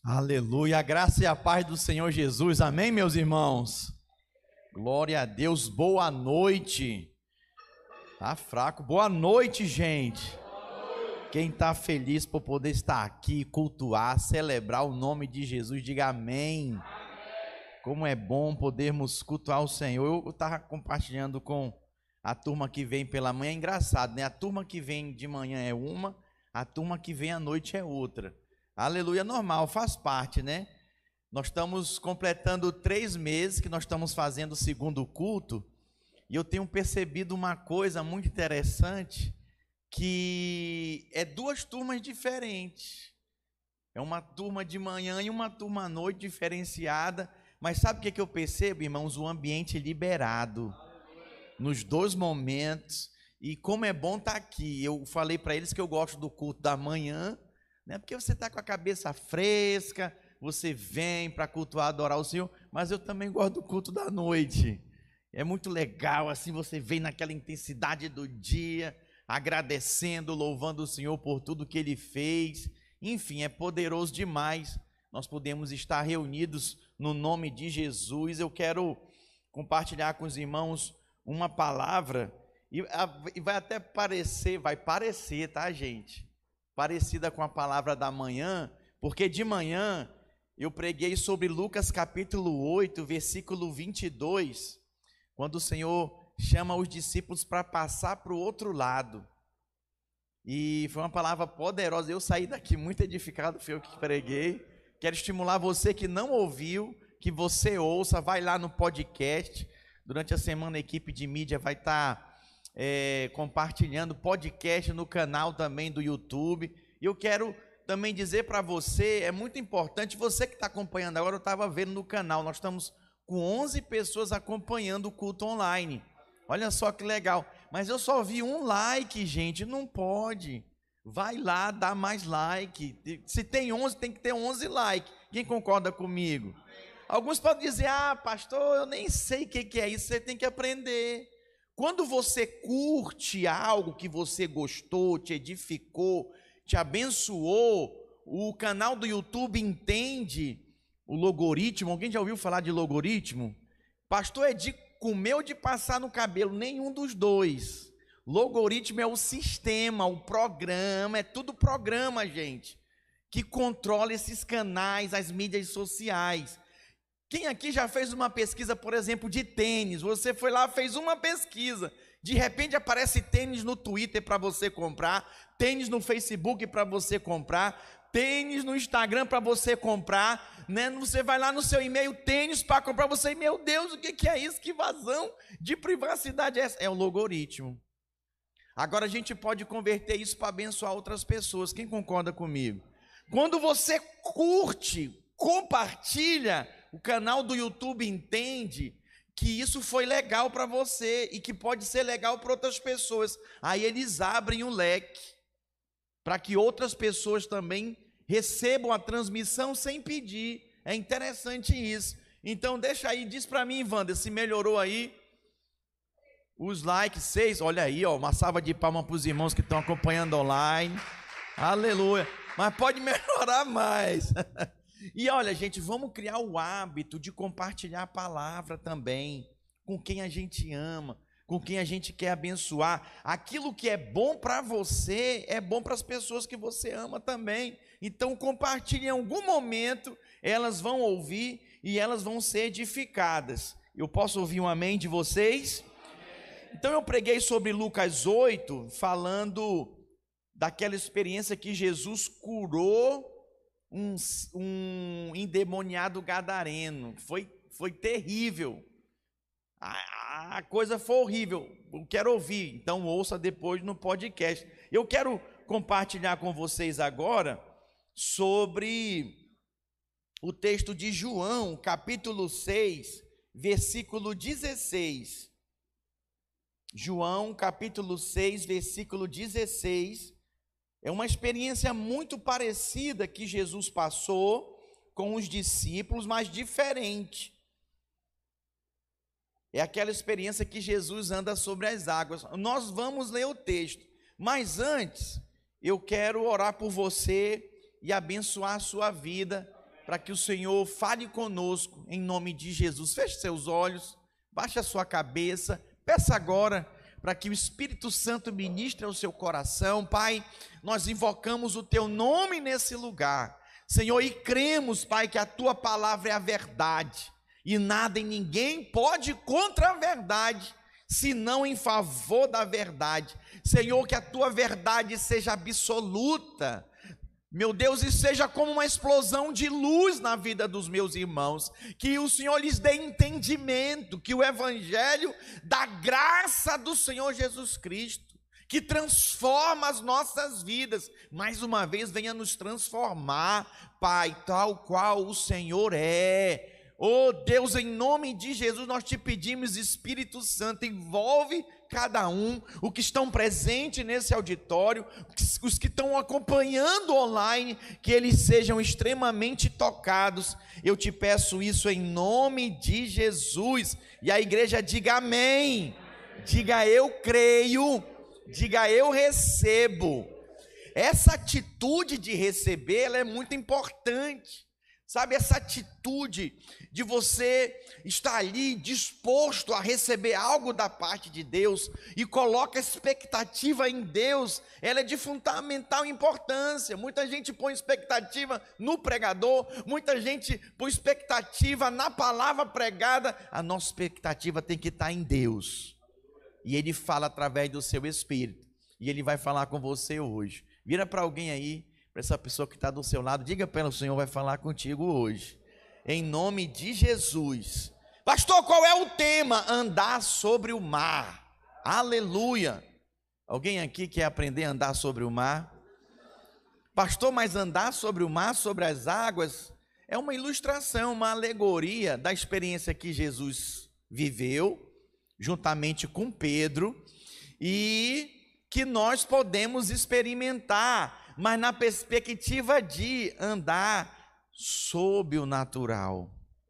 Aleluia, a graça e a paz do Senhor Jesus, amém, meus irmãos? Glória a Deus, boa noite. Tá fraco, boa noite, gente. Quem tá feliz por poder estar aqui, cultuar, celebrar o nome de Jesus, diga amém. Como é bom podermos cultuar o Senhor. Eu estava compartilhando com a turma que vem pela manhã, é engraçado, né? A turma que vem de manhã é uma, a turma que vem à noite é outra. Aleluia, normal, faz parte, né? Nós estamos completando 3 meses que nós estamos fazendo o segundo culto, e eu tenho percebido uma coisa muito interessante, que é 2 turmas diferentes. É uma turma de manhã e uma turma à noite diferenciada, mas sabe o que eu percebo, irmãos? O ambiente liberado, nos 2 momentos, e como é bom estar aqui. Eu falei para eles que eu gosto do culto da manhã, né? Porque você está com a cabeça fresca, você vem para cultuar, adorar o Senhor, mas eu também gosto do culto da noite. É muito legal, assim, você vem naquela intensidade do dia, agradecendo, louvando o Senhor por tudo que Ele fez. Enfim, é poderoso demais nós podemos estar reunidos no nome de Jesus. Eu quero compartilhar com os irmãos uma palavra, e vai até parecer, tá, gente? Parecida com a palavra da manhã, porque de manhã eu preguei sobre Lucas capítulo 8, versículo 22, quando o Senhor chama os discípulos para passar para o outro lado, e foi uma palavra poderosa. Eu saí daqui muito edificado, foi eu que preguei. Quero estimular você que não ouviu, que você ouça, vai lá no podcast. Durante a semana a equipe de mídia vai estar compartilhando podcast no canal também do YouTube. E eu quero também dizer para você, é muito importante, você que está acompanhando agora, eu estava vendo no canal, nós estamos com 11 pessoas acompanhando o culto online. Olha só que legal, mas eu só vi um like, gente, não pode. Vai lá, dá mais like. Se tem 11, tem que ter 11 likes. Quem concorda comigo? Alguns podem dizer, pastor, eu nem sei o que é isso, você tem que aprender. Quando você curte algo que você gostou, te edificou, te abençoou, o canal do YouTube entende o logaritmo. Alguém já ouviu falar de logaritmo? Pastor, é de comer ou de passar no cabelo? Nenhum dos dois. Logaritmo é o sistema, o programa, é tudo programa, gente, que controla esses canais, as mídias sociais. Quem aqui já fez uma pesquisa, por exemplo, de tênis? Você foi lá, fez uma pesquisa, de repente aparece tênis no Twitter para você comprar, tênis no Facebook para você comprar, tênis no Instagram para você comprar, né? Você vai lá no seu e-mail, tênis para comprar, você, meu Deus, o que é isso? Que vazão de privacidade é essa? É o logaritmo. Agora a gente pode converter isso para abençoar outras pessoas. Quem concorda comigo? Quando você curte, compartilha, o canal do YouTube entende que isso foi legal para você e que pode ser legal para outras pessoas. Aí eles abrem o leque para que outras pessoas também recebam a transmissão sem pedir. É interessante isso. Então deixa aí, diz para mim, Wander, se melhorou aí os likes, 6, olha aí, uma salva de palmas para os irmãos que estão acompanhando online. Aleluia. Mas pode melhorar mais. E olha, gente, vamos criar o hábito de compartilhar a palavra também, com quem a gente ama, com quem a gente quer abençoar. Aquilo que é bom para você, é bom para as pessoas que você ama também. Então compartilhe em algum momento, elas vão ouvir e elas vão ser edificadas. Eu posso ouvir um amém de vocês? Então eu preguei sobre Lucas 8, falando daquela experiência que Jesus curou um endemoniado gadareno. Foi terrível, a coisa foi horrível. Eu quero ouvir, então ouça depois no podcast. Eu quero compartilhar com vocês agora sobre o texto de João, capítulo 6, versículo 16. João, capítulo 6, versículo 16, é uma experiência muito parecida que Jesus passou com os discípulos, mas diferente. É aquela experiência que Jesus anda sobre as águas. Nós vamos ler o texto, mas antes eu quero orar por você e abençoar a sua vida para que o Senhor fale conosco, em nome de Jesus. Feche seus olhos, baixe a sua cabeça, peça agora para que o Espírito Santo ministre ao seu coração. Pai, nós invocamos o teu nome nesse lugar, Senhor, e cremos, Pai, que a tua palavra é a verdade, e nada e ninguém pode ir contra a verdade, senão em favor da verdade. Senhor, que a tua verdade seja absoluta, meu Deus, e seja como uma explosão de luz na vida dos meus irmãos, que o Senhor lhes dê entendimento, que o evangelho da graça do Senhor Jesus Cristo, que transforma as nossas vidas, mais uma vez venha nos transformar, Pai, tal qual o Senhor é. Oh Deus, em nome de Jesus nós te pedimos, Espírito Santo, envolve cada um, os que estão presentes nesse auditório, os que estão acompanhando online, que eles sejam extremamente tocados. Eu te peço isso em nome de Jesus, e a igreja diga amém, diga eu creio, diga eu recebo. Essa atitude de receber, ela é muito importante. Sabe, essa atitude de você estar ali disposto a receber algo da parte de Deus e coloca expectativa em Deus, ela é de fundamental importância. Muita gente põe expectativa no pregador, muita gente põe expectativa na palavra pregada. A nossa expectativa tem que estar em Deus, e Ele fala através do seu Espírito, e Ele vai falar com você hoje. Vira para alguém aí, para essa pessoa que está do seu lado, diga para ela: o Senhor vai falar contigo hoje, em nome de Jesus. Pastor, qual é o tema? Andar sobre o mar. Aleluia. Alguém aqui quer aprender a andar sobre o mar? Pastor, mas andar sobre o mar, sobre as águas, é uma ilustração, uma alegoria da experiência que Jesus viveu, juntamente com Pedro, e que nós podemos experimentar, mas na perspectiva de andar sob o natural,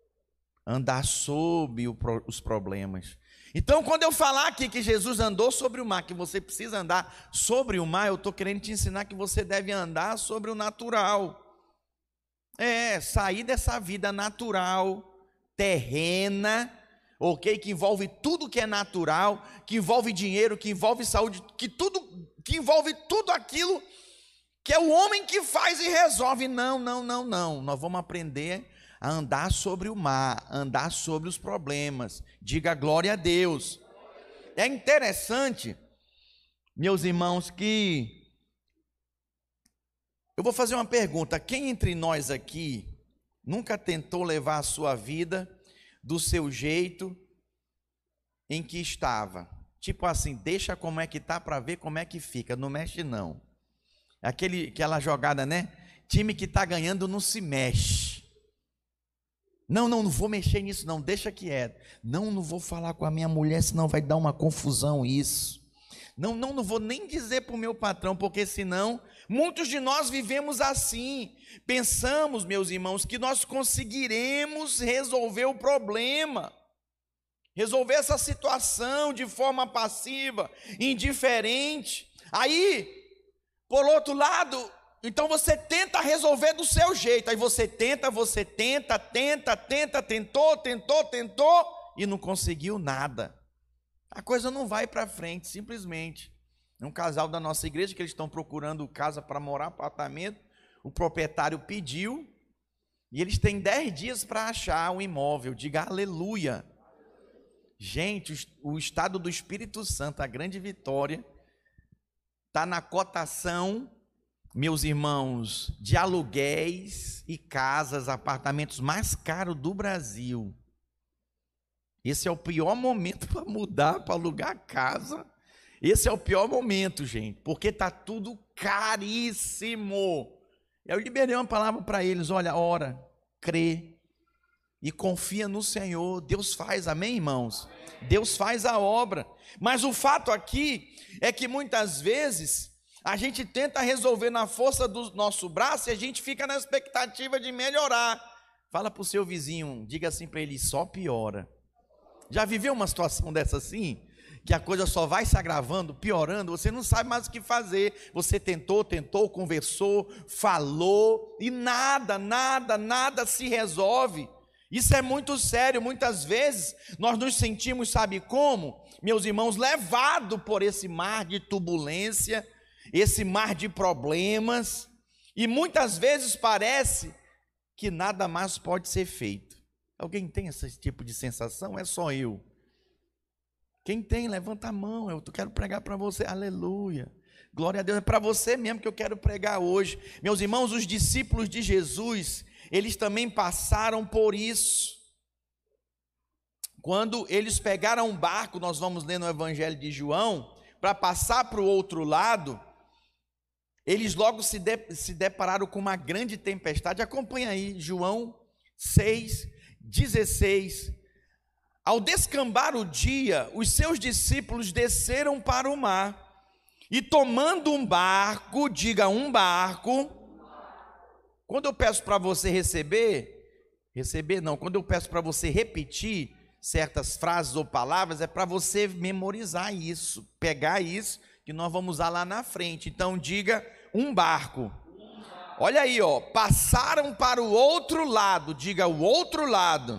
andar sob os problemas. Então, quando eu falar aqui que Jesus andou sobre o mar, que você precisa andar sobre o mar, eu estou querendo te ensinar que você deve andar sobre o natural. Sair dessa vida natural, terrena, ok? Que envolve tudo que é natural, que envolve dinheiro, que envolve saúde, que envolve tudo aquilo que é o homem que faz e resolve. Não. Nós vamos aprender a andar sobre o mar, andar sobre os problemas. Diga glória a Deus. É interessante, meus irmãos, que eu vou fazer uma pergunta: quem entre nós aqui nunca tentou levar a sua vida do seu jeito em que estava? Tipo assim, deixa como é que tá para ver como é que fica, não mexe não. Aquela jogada, né? Time que está ganhando não se mexe. Não vou mexer nisso não, deixa quieto. Não vou falar com a minha mulher, senão vai dar uma confusão isso. Não vou nem dizer para o meu patrão, porque senão, muitos de nós vivemos assim. Pensamos, meus irmãos, que nós conseguiremos resolver o problema, resolver essa situação de forma passiva, indiferente. Aí, por outro lado, então você tenta resolver do seu jeito. Aí você tenta, tentou e não conseguiu nada. A coisa não vai para frente, simplesmente. É um casal da nossa igreja que eles estão procurando casa para morar, apartamento. O proprietário pediu e eles têm 10 dias para achar um imóvel. Diga aleluia. Gente, o estado do Espírito Santo, a grande vitória, está na cotação, meus irmãos, de aluguéis e casas, apartamentos mais caros do Brasil. Esse é o pior momento para mudar, para alugar casa. Esse é o pior momento, gente, porque está tudo caríssimo. Eu liberei uma palavra para eles: olha, ora, crê e confia no Senhor. Deus faz, amém, irmãos? Deus faz a obra. Mas o fato aqui é que muitas vezes a gente tenta resolver na força do nosso braço e a gente fica na expectativa de melhorar. Fala para o seu vizinho, diga assim para ele: só piora. Já viveu uma situação dessa assim? que a coisa só vai se agravando, piorando, você não sabe mais o que fazer. Você tentou, conversou, falou e nada se resolve. Isso é muito sério. Muitas vezes nós nos sentimos, sabe como? Meus irmãos, levados por esse mar de turbulência, esse mar de problemas, e muitas vezes parece que nada mais pode ser feito. Alguém tem esse tipo de sensação? É só eu? Quem tem, levanta a mão. Eu quero pregar para você. Aleluia. Glória a Deus. É para você mesmo que eu quero pregar hoje. Meus irmãos, os discípulos de Jesus, eles também passaram por isso. Quando eles pegaram um barco, nós vamos ler no Evangelho de João, para passar para o outro lado, eles logo se depararam com uma grande tempestade. Acompanha aí, João 6:16. Ao descambar o dia, os seus discípulos desceram para o mar e, tomando um barco, diga um barco. Quando eu peço para você quando eu peço para você repetir certas frases ou palavras, é para você memorizar isso, pegar isso que nós vamos usar lá na frente. Então diga um barco. Olha aí, ó, passaram para o outro lado, diga o outro lado.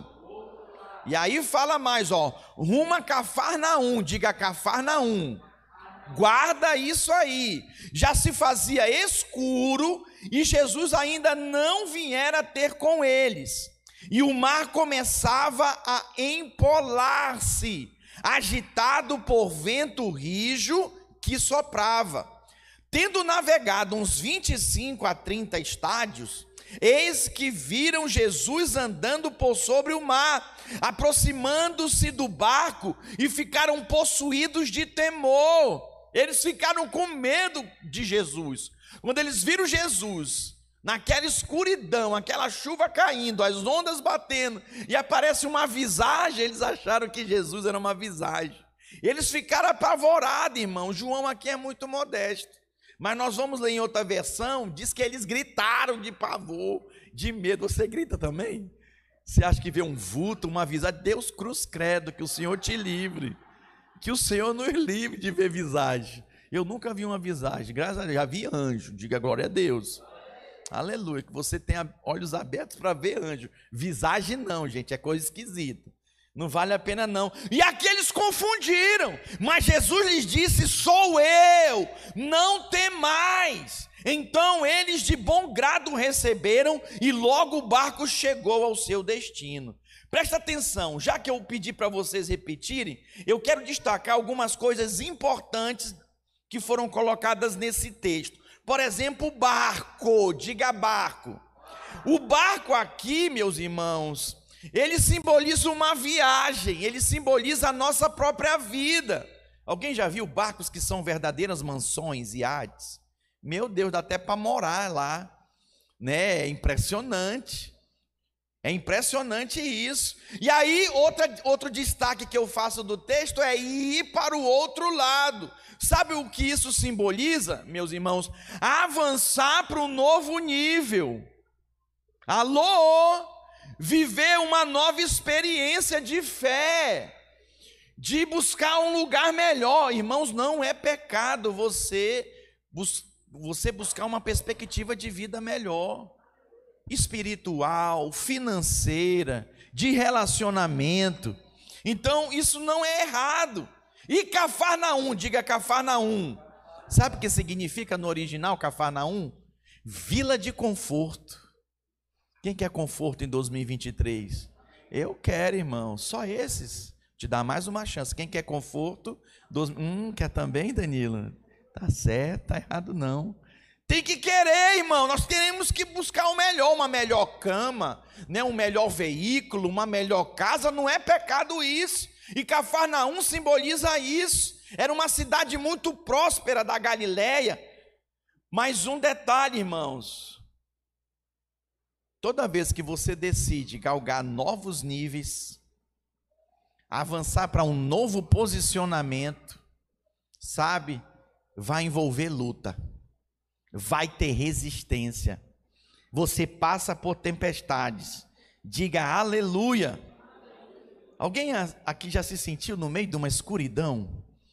E aí fala mais, ó, rumo a Cafarnaum, diga Cafarnaum. Guarda isso aí. Já se fazia escuro e Jesus ainda não viera ter com eles. E o mar começava a empolar-se, agitado por vento rijo que soprava. Tendo navegado uns 25 a 30 estádios, eis que viram Jesus andando por sobre o mar, aproximando-se do barco, e ficaram possuídos de temor. Eles ficaram com medo de Jesus. Quando eles viram Jesus naquela escuridão, aquela chuva caindo, as ondas batendo, e aparece uma visagem, eles acharam que Jesus era uma visagem. Eles ficaram apavorados, irmão. João aqui é muito modesto, mas nós vamos ler em outra versão, diz que eles gritaram de pavor, de medo. Você grita também? Você acha que vê um vulto, uma visagem? Deus cruz credo, que o Senhor te livre, que o Senhor nos livre de ver visagem. Eu nunca vi uma visagem, graças a Deus. Já vi anjo, diga glória a Deus. Aleluia, que você tenha olhos abertos para ver anjo. Visagem não, gente, é coisa esquisita. Não vale a pena não. E aqui eles confundiram, mas Jesus lhes disse: sou eu, não temais. Então eles de bom grado receberam, e logo o barco chegou ao seu destino. Presta atenção, já que eu pedi para vocês repetirem, eu quero destacar algumas coisas importantes que foram colocadas nesse texto. Por exemplo, barco, diga barco. O barco aqui, meus irmãos, ele simboliza uma viagem, ele simboliza a nossa própria vida. Alguém já viu barcos que são verdadeiras mansões, iates? Meu Deus, dá até para morar lá, né? É impressionante isso. E aí, outro destaque que eu faço do texto é ir para o outro lado. Sabe o que isso simboliza, meus irmãos? Avançar para um novo nível. Alô? Viver uma nova experiência de fé, de buscar um lugar melhor. Irmãos, não é pecado você buscar uma perspectiva de vida melhor, espiritual, financeira, de relacionamento. Então isso não é errado. E Cafarnaum, diga Cafarnaum. Sabe o que significa no original Cafarnaum? Vila de conforto. Quem quer conforto em 2023? Eu quero, irmão, só esses. Te dá mais uma chance. Quem quer conforto? Quer também, Danilo? Tá certo, tá errado não. Tem que querer, irmão. Nós temos que buscar o melhor, uma melhor cama, né? Um melhor veículo, uma melhor casa. Não é pecado isso. E Cafarnaum simboliza isso. Era uma cidade muito próspera da Galileia. Mas um detalhe, irmãos: toda vez que você decide galgar novos níveis, avançar para um novo posicionamento, sabe, vai envolver luta, vai ter resistência, você passa por tempestades. Diga aleluia. Alguém aqui já se sentiu no meio de uma escuridão?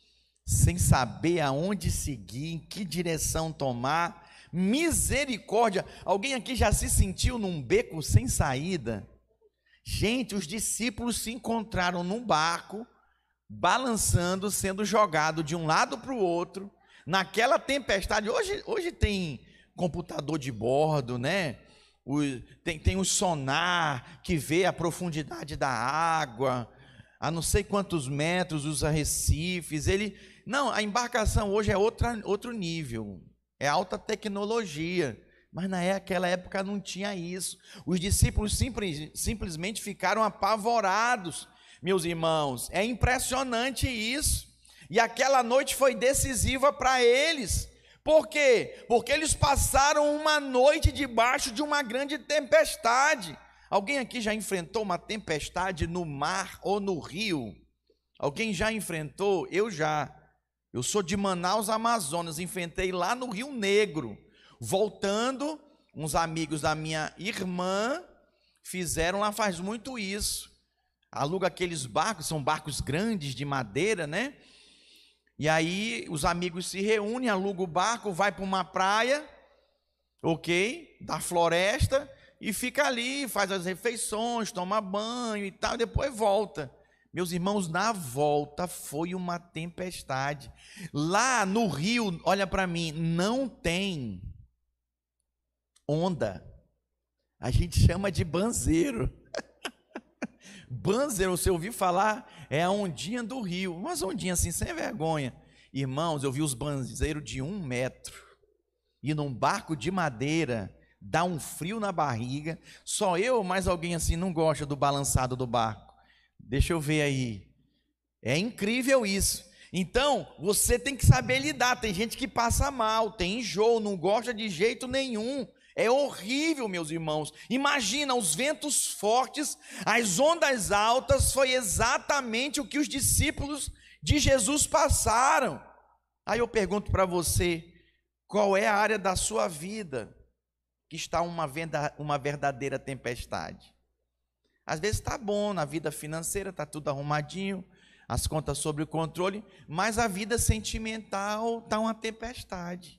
sem saber aonde seguir, em que direção tomar. Misericórdia! Alguém aqui já se sentiu num beco sem saída? Gente, os discípulos se encontraram num barco, balançando, sendo jogado de um lado para o outro, naquela tempestade. Hoje tem computador de bordo, né? Tem o sonar que vê a profundidade da água, a não sei quantos metros os arrecifes. Não, a embarcação hoje é outro nível, é alta tecnologia, mas naquela época não tinha isso. Os discípulos simplesmente ficaram apavorados, meus irmãos. É impressionante isso. E aquela noite foi decisiva para eles. Por quê? Porque eles passaram uma noite debaixo de uma grande tempestade. Alguém aqui já enfrentou uma tempestade no mar ou no rio? Alguém já enfrentou? Eu já. Eu sou de Manaus, Amazonas, enfrentei lá no Rio Negro. Voltando, uns amigos da minha irmã fizeram lá, faz muito isso. Aluga aqueles barcos, são barcos grandes de madeira, né? E aí os amigos se reúnem, alugam o barco, vai para uma praia, ok? Da floresta, e fica ali, faz as refeições, toma banho e tal, e depois volta. Meus irmãos, na volta foi uma tempestade. Lá no rio, olha para mim, não tem onda. A gente chama de banzeiro. Banzeiro, você ouviu falar? É a ondinha do rio. Umas ondinhas assim, sem vergonha. Irmãos, eu vi os banzeiros de 1 metro. E num barco de madeira, dá um frio na barriga. Só eu ou mais alguém assim não gosta do balançado do barco? Deixa eu ver aí. É incrível isso. Então, você tem que saber lidar. Tem gente que passa mal, tem enjoo, não gosta de jeito nenhum. É horrível, meus irmãos. Imagina os ventos fortes, as ondas altas. Foi exatamente o que os discípulos de Jesus passaram. Aí eu pergunto para você, qual é a área da sua vida que está uma verdadeira tempestade? Às vezes está bom na vida financeira, está tudo arrumadinho, as contas sob o controle, mas a vida sentimental está uma tempestade.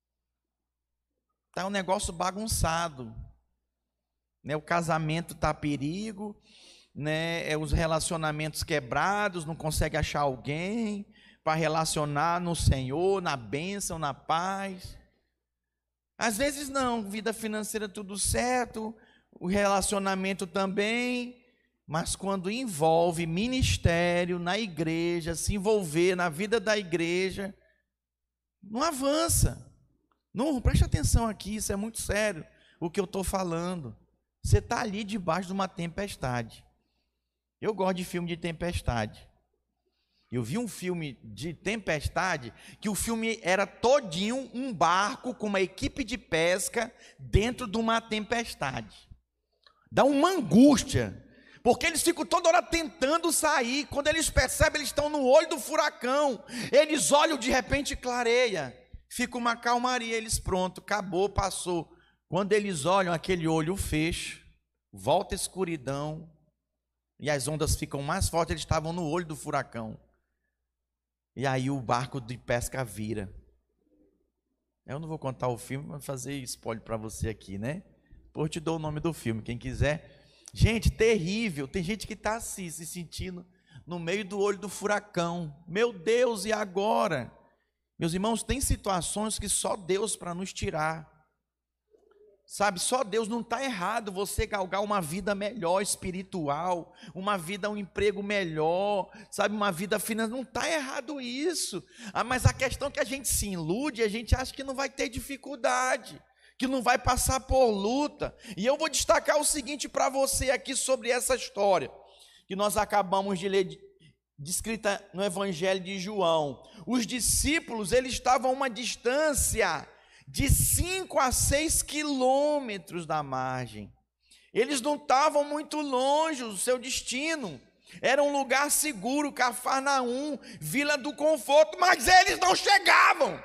Está um negócio bagunçado, né? O casamento está a perigo, né? Os relacionamentos quebrados, não consegue achar alguém para relacionar no Senhor, na bênção, na paz. Às vezes não, vida financeira tudo certo, o relacionamento também, mas quando envolve ministério na igreja, se envolver na vida da igreja, não avança. Não, preste atenção aqui, isso é muito sério, o que eu estou falando. Você está ali debaixo de uma tempestade. Eu gosto de filme de tempestade. Eu vi um filme de tempestade, que o filme era todinho um barco com uma equipe de pesca dentro de uma tempestade. Dá uma angústia, porque eles ficam toda hora tentando sair. Quando eles percebem, eles estão no olho do furacão. Eles olham, de repente clareia. Fica uma calmaria, eles pronto, acabou, passou. Quando eles olham, aquele olho fecha, volta a escuridão, e as ondas ficam mais fortes, eles estavam no olho do furacão. E aí o barco de pesca vira. Eu não vou contar o filme, vou fazer spoiler para você aqui, né? Depois eu te dou o nome do filme, quem quiser. Gente, terrível, tem gente que está assim, se sentindo no meio do olho do furacão. Meu Deus, e agora? Meus irmãos, tem situações que só Deus para nos tirar. Sabe, só Deus. Não está errado você galgar uma vida melhor espiritual, uma vida, um emprego melhor, sabe, uma vida financeira, não está errado isso. Mas a questão é que a gente se ilude, a gente acha que não vai ter dificuldade, que não vai passar por luta. E eu vou destacar o seguinte para você aqui sobre essa história, que nós acabamos de ler, descrita no Evangelho de João. Os discípulos, eles estavam a uma distância de 5 a 6 quilômetros da margem. Eles não estavam muito longe do seu destino. Era um lugar seguro, Cafarnaum, Vila do Conforto, mas eles não chegavam.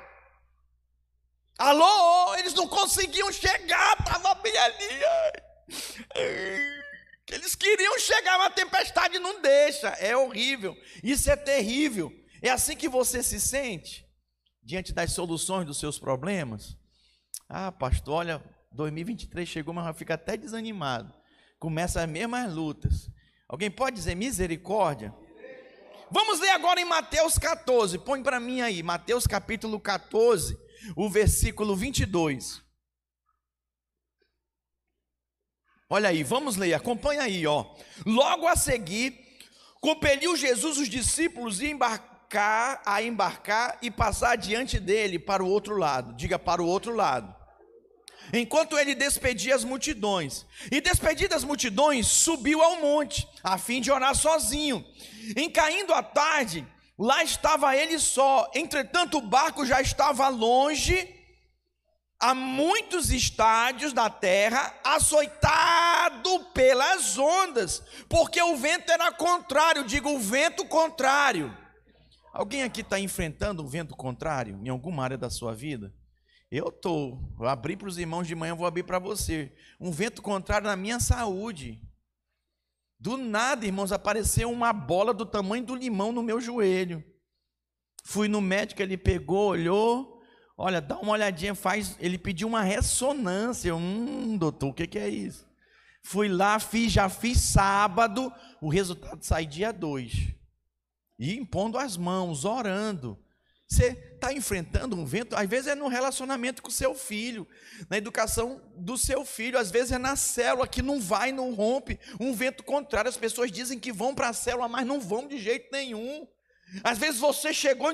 Alô, eles não conseguiam chegar, estava bem ali. Eles queriam chegar, mas a tempestade não deixa. É horrível, isso é terrível. É assim que você se sente diante das soluções dos seus problemas? Ah, pastor, olha, 2023 chegou, mas eu fico até desanimado. Começa as mesmas lutas. Alguém pode dizer misericórdia? Vamos ler agora em Mateus 14. Põe para mim aí, Mateus capítulo 14, o versículo 22. Olha aí, vamos ler, acompanha aí, ó. Logo a seguir, compeliu Jesus os discípulos a embarcar e passar diante dele para o outro lado. Diga, para o outro lado. Enquanto ele despedia as multidões. E despedidas as multidões, subiu ao monte, a fim de orar sozinho. Em caindo a tarde, lá estava ele só. Entretanto, o barco já estava longe, a muitos estádios da terra, açoitado pelas ondas, porque o vento era contrário. Digo, o vento contrário. Alguém aqui está enfrentando um vento contrário em alguma área da sua vida? Eu abri para os irmãos de manhã, vou abrir para você. Um vento contrário na minha saúde. Do nada, irmãos, apareceu uma bola do tamanho do limão no meu joelho. Fui no médico, ele pegou, olhou. Olha, dá uma olhadinha, ele pediu uma ressonância. Doutor, o que é isso? Fui lá, já fiz sábado, o resultado sai dia 2. E impondo as mãos, orando. Você está enfrentando um vento, às vezes é no relacionamento com o seu filho, na educação do seu filho, às vezes é na célula que não vai, não rompe, um vento contrário. As pessoas dizem que vão para a célula, mas não vão de jeito nenhum. Às vezes você chegou em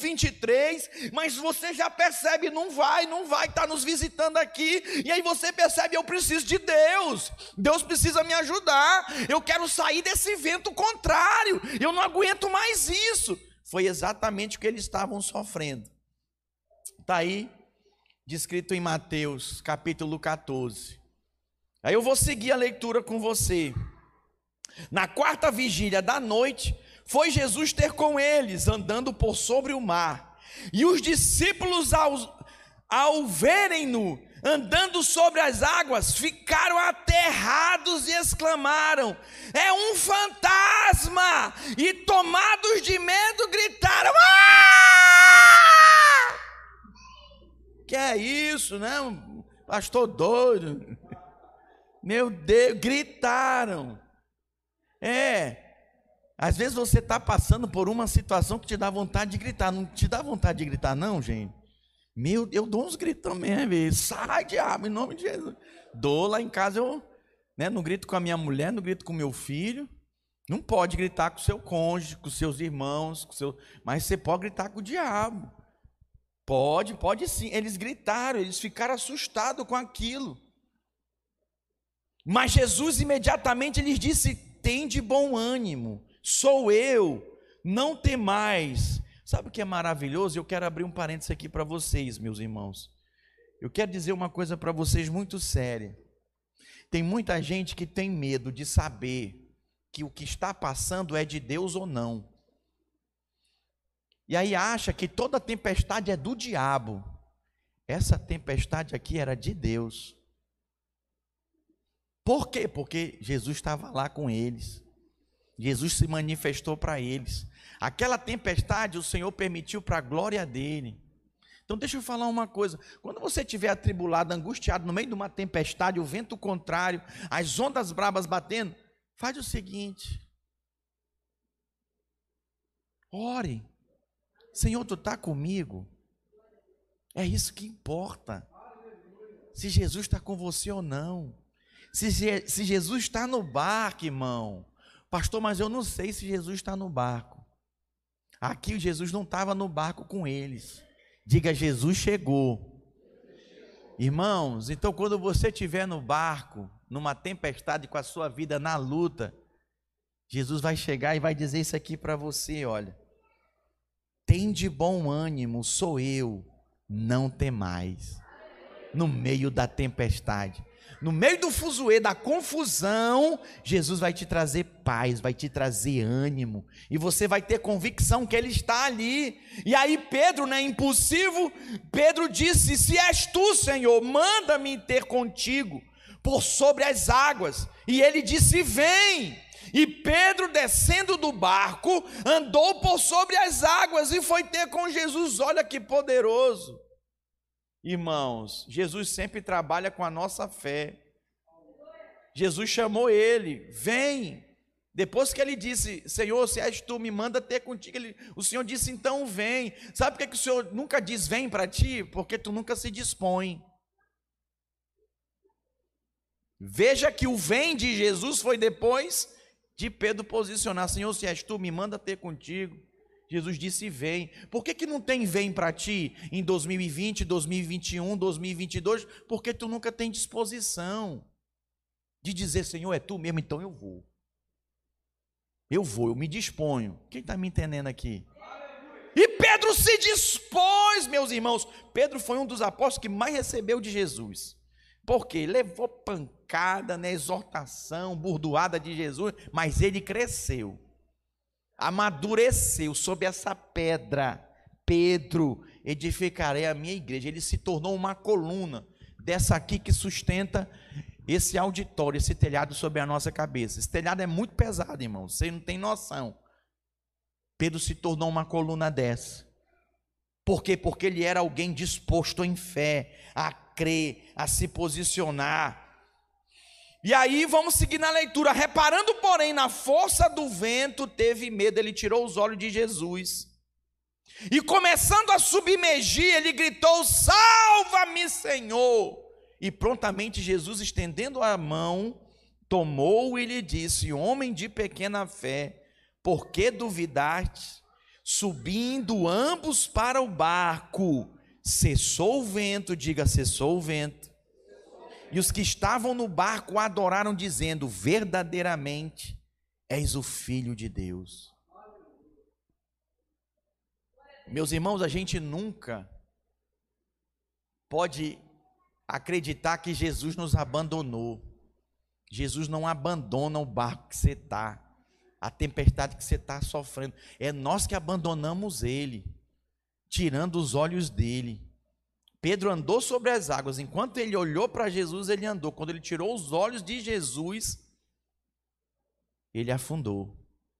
2023, mas você já percebe, não vai, está nos visitando aqui, e aí você percebe, eu preciso de Deus, Deus precisa me ajudar, eu quero sair desse vento contrário, eu não aguento mais isso. Foi exatamente o que eles estavam sofrendo. Está aí, descrito em Mateus, capítulo 14. Aí eu vou seguir a leitura com você. Na quarta vigília da noite, foi Jesus ter com eles, andando por sobre o mar. E os discípulos, ao verem-no andando sobre as águas, ficaram aterrados e exclamaram: é um fantasma! E tomados de medo gritaram: ah! Que é isso, né? Pastor doido. Meu Deus, gritaram. Às vezes você está passando por uma situação que te dá vontade de gritar. Não te dá vontade de gritar não, gente? Eu dou uns gritão mesmo. Sai, diabo, em nome de Jesus. Dou lá em casa, eu não grito com a minha mulher, não grito com o meu filho. Não pode gritar com o seu cônjuge, com os seus irmãos, mas você pode gritar com o diabo. Pode sim. Eles gritaram, eles ficaram assustados com aquilo. Mas Jesus imediatamente lhes disse: tem de bom ânimo, sou eu, não temais. Sabe o que é maravilhoso? Eu quero abrir um parênteses aqui para vocês, meus irmãos. Eu quero dizer uma coisa para vocês muito séria. Tem muita gente que tem medo de saber que o que está passando é de Deus ou não. E aí acha que toda tempestade é do diabo. Essa tempestade aqui era de Deus. Por quê? Porque Jesus estava lá com eles. Jesus se manifestou para eles. Aquela tempestade o Senhor permitiu para a glória dele. Então deixa eu falar uma coisa. Quando você estiver atribulado, angustiado, no meio de uma tempestade, o vento contrário, as ondas bravas batendo, faz o seguinte: ore. Senhor, tu está comigo? É isso que importa. Se Jesus está com você ou não. Se Jesus está no barco, irmão. Pastor, mas eu não sei se Jesus está no barco. Aqui Jesus não estava no barco com eles. Diga, Jesus chegou. Irmãos, então quando você estiver no barco, numa tempestade com a sua vida na luta, Jesus vai chegar e vai dizer isso aqui para você: olha, tem de bom ânimo, sou eu, não temais. No meio da tempestade, no meio do fuzuê, da confusão, Jesus vai te trazer paz, vai te trazer ânimo, e você vai ter convicção que Ele está ali. E aí Pedro, impulsivo, Pedro disse: se és tu, Senhor, manda-me ter contigo por sobre as águas. E ele disse: vem. E Pedro, descendo do barco, andou por sobre as águas e foi ter com Jesus. Olha que poderoso. Irmãos, Jesus sempre trabalha com a nossa fé. Jesus chamou ele, vem. Depois que ele disse, Senhor, se és tu, me manda ter contigo. O Senhor disse, então vem. Sabe por que o Senhor nunca diz vem para ti? Porque tu nunca se dispõe. Veja que o vem de Jesus foi depois de Pedro posicionar, Senhor, se és tu, me manda ter contigo. Jesus disse vem. Por que não tem vem para ti em 2020, 2021, 2022? Porque tu nunca tem disposição de dizer, Senhor, é tu mesmo, então eu vou. Eu me disponho. Quem está me entendendo aqui? E Pedro se dispôs, meus irmãos. Pedro foi um dos apóstolos que mais recebeu de Jesus. Porque levou pancada, né, exortação, burdoada de Jesus, mas ele cresceu, amadureceu sob essa pedra. Pedro, edificarei a minha igreja. Ele se tornou uma coluna dessa aqui que sustenta esse auditório, esse telhado sobre a nossa cabeça. Esse telhado é muito pesado, irmão, você não tem noção. Pedro se tornou uma coluna dessa. Por quê? Porque ele era alguém disposto em fé, a crer, a se posicionar. E aí vamos seguir na leitura. Reparando, porém, na força do vento, teve medo. Ele tirou os olhos de Jesus. E começando a submergir, ele gritou, salva-me, Senhor. E prontamente Jesus, estendendo a mão, tomou e lhe disse, homem de pequena fé, por que duvidaste? Subindo ambos para o barco, cessou o vento, diga, cessou o vento. E os que estavam no barco o adoraram, dizendo, verdadeiramente és o Filho de Deus. Meus irmãos, a gente nunca pode acreditar que Jesus nos abandonou. Jesus não abandona o barco que você está, a tempestade que você está sofrendo. É nós que abandonamos ele, tirando os olhos dele. Pedro andou sobre as águas, enquanto ele olhou para Jesus, ele andou. Quando ele tirou os olhos de Jesus, ele afundou.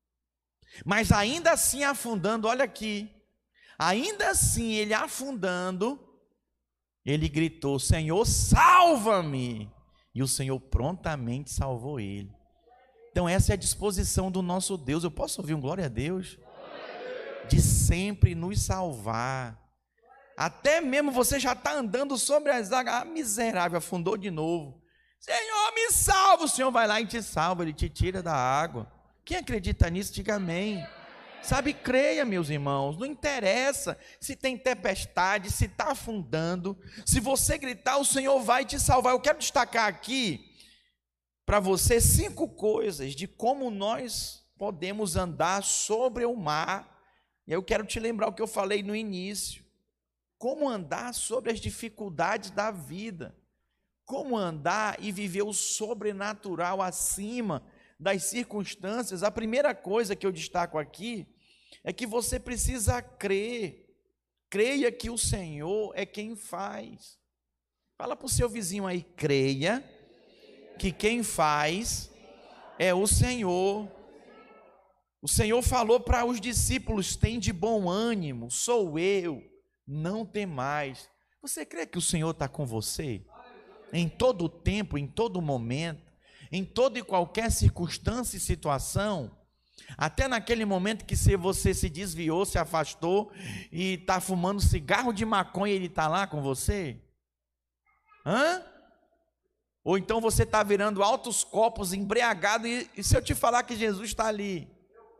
Mas ainda assim afundando, olha aqui, ainda assim ele afundando, ele gritou, Senhor, salva-me! E o Senhor prontamente salvou ele. Então essa é a disposição do nosso Deus. Eu posso ouvir um glória a Deus? De sempre nos salvar. Até mesmo você já está andando sobre as águas, ah, miserável, afundou de novo. Senhor, me salva. O Senhor vai lá e te salva, ele te tira da água. Quem acredita nisso, diga amém. Sabe, creia, meus irmãos, não interessa se tem tempestade, se está afundando, se você gritar, o Senhor vai te salvar. Eu quero destacar aqui para você 5 coisas de como nós podemos andar sobre o mar. E eu quero te lembrar o que eu falei no início. Como andar sobre as dificuldades da vida. Como andar e viver o sobrenatural acima das circunstâncias. A primeira coisa que eu destaco aqui é que você precisa crer. Creia que o Senhor é quem faz. Fala para o seu vizinho aí, creia que quem faz é o Senhor. O Senhor falou para os discípulos, tem de bom ânimo, sou eu, não temais. Você crê que o Senhor está com você? Em todo o tempo, em todo momento, em toda e qualquer circunstância e situação, até naquele momento que você se desviou, se afastou e está fumando cigarro de maconha, ele está lá com você? Hã? Ou então você está virando altos copos, embriagado, e se eu te falar que Jesus está ali?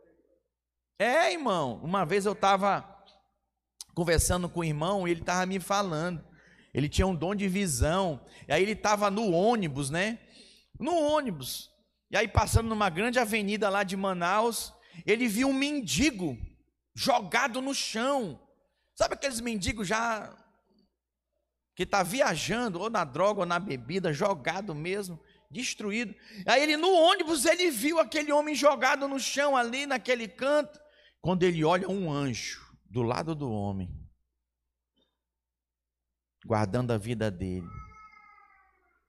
É, irmão, uma vez eu estava conversando com o irmão e ele estava me falando, ele tinha um dom de visão, e aí ele estava no ônibus, né? No ônibus, e aí passando numa grande avenida lá de Manaus, ele viu um mendigo jogado no chão. Sabe aqueles mendigos já que está viajando, ou na droga ou na bebida, jogado mesmo, destruído. Aí ele no ônibus, ele viu aquele homem jogado no chão ali naquele canto. Quando ele olha, um anjo do lado do homem, guardando a vida dele.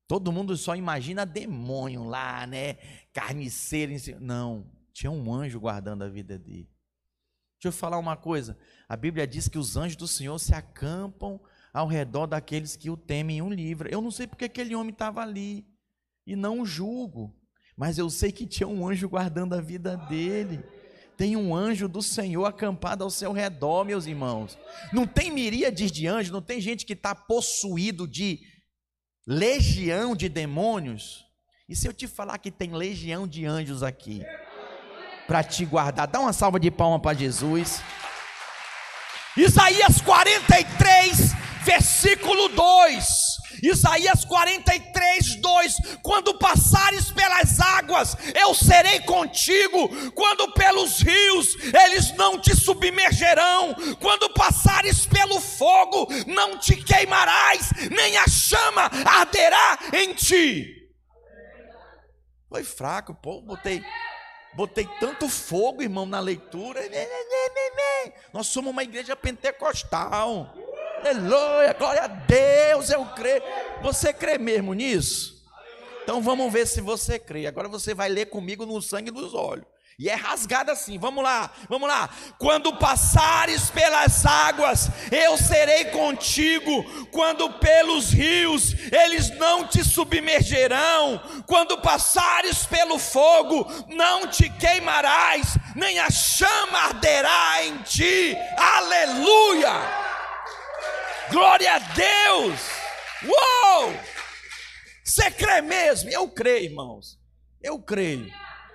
Todo mundo só imagina demônio lá, né? Carniceiro. Não, tinha um anjo guardando a vida dele. Deixa eu falar uma coisa. A Bíblia diz que os anjos do Senhor se acampam ao redor daqueles que o temem e o livram. Eu não sei porque aquele homem estava ali. E não o julgo. Mas eu sei que tinha um anjo guardando a vida dele. Tem um anjo do Senhor acampado ao seu redor, meus irmãos. Não tem miríades de anjos, não tem gente que está possuído de legião de demônios. E se eu te falar que tem legião de anjos aqui para te guardar? Dá uma salva de palmas para Jesus. Isaías 43, versículo 2. Isaías 43, 2: quando passares pelas águas, eu serei contigo, quando pelos rios, eles não te submergerão, quando passares pelo fogo, não te queimarás, nem a chama arderá em ti. Foi fraco, pô, botei tanto fogo, irmão, na leitura. Nós somos uma igreja pentecostal. Aleluia, glória a Deus, eu creio. Você crê mesmo nisso? Então vamos ver se você crê. Agora você vai ler comigo no sangue dos olhos. E é rasgado assim, vamos lá. Quando passares pelas águas, eu serei contigo. Quando pelos rios, eles não te submergerão. Quando passares pelo fogo, não te queimarás, nem a chama arderá em ti. Aleluia! Glória a Deus! Uou! Você crê mesmo? Eu creio, irmãos. Eu creio.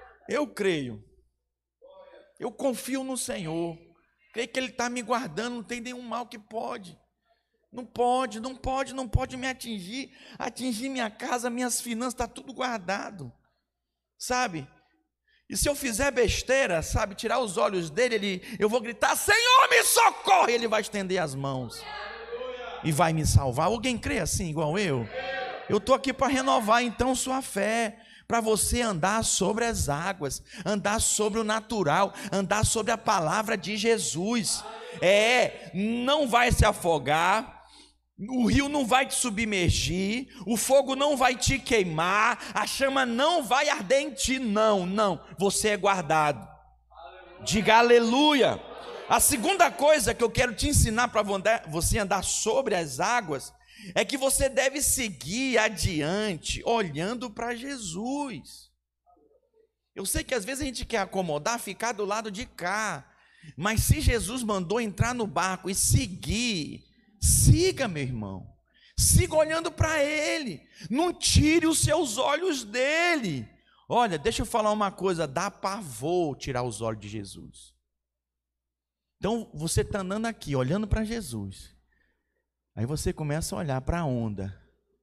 Eu confio no Senhor. Creio que Ele está me guardando. Não tem nenhum mal que pode. Não pode me atingir. Atingir minha casa, minhas finanças, está tudo guardado. Sabe? E se eu fizer besteira, sabe, tirar os olhos dele, eu vou gritar: Senhor, me socorre! Ele vai estender as mãos e vai me salvar. Alguém crê assim igual eu? Eu estou aqui para renovar então sua fé, para você andar sobre as águas, andar sobre o natural, andar sobre a palavra de Jesus. Não vai se afogar, o rio não vai te submergir, o fogo não vai te queimar, a chama não vai arder em ti, não, você é guardado. Diga aleluia. A segunda coisa que eu quero te ensinar para você andar sobre as águas é que você deve seguir adiante olhando para Jesus. Eu sei que às vezes a gente quer acomodar, ficar do lado de cá, mas se Jesus mandou entrar no barco e seguir, siga, meu irmão, siga olhando para Ele, não tire os seus olhos dele. Olha, deixa eu falar uma coisa, dá pavor tirar os olhos de Jesus. Então você está andando aqui, olhando para Jesus, aí você começa a olhar para a onda,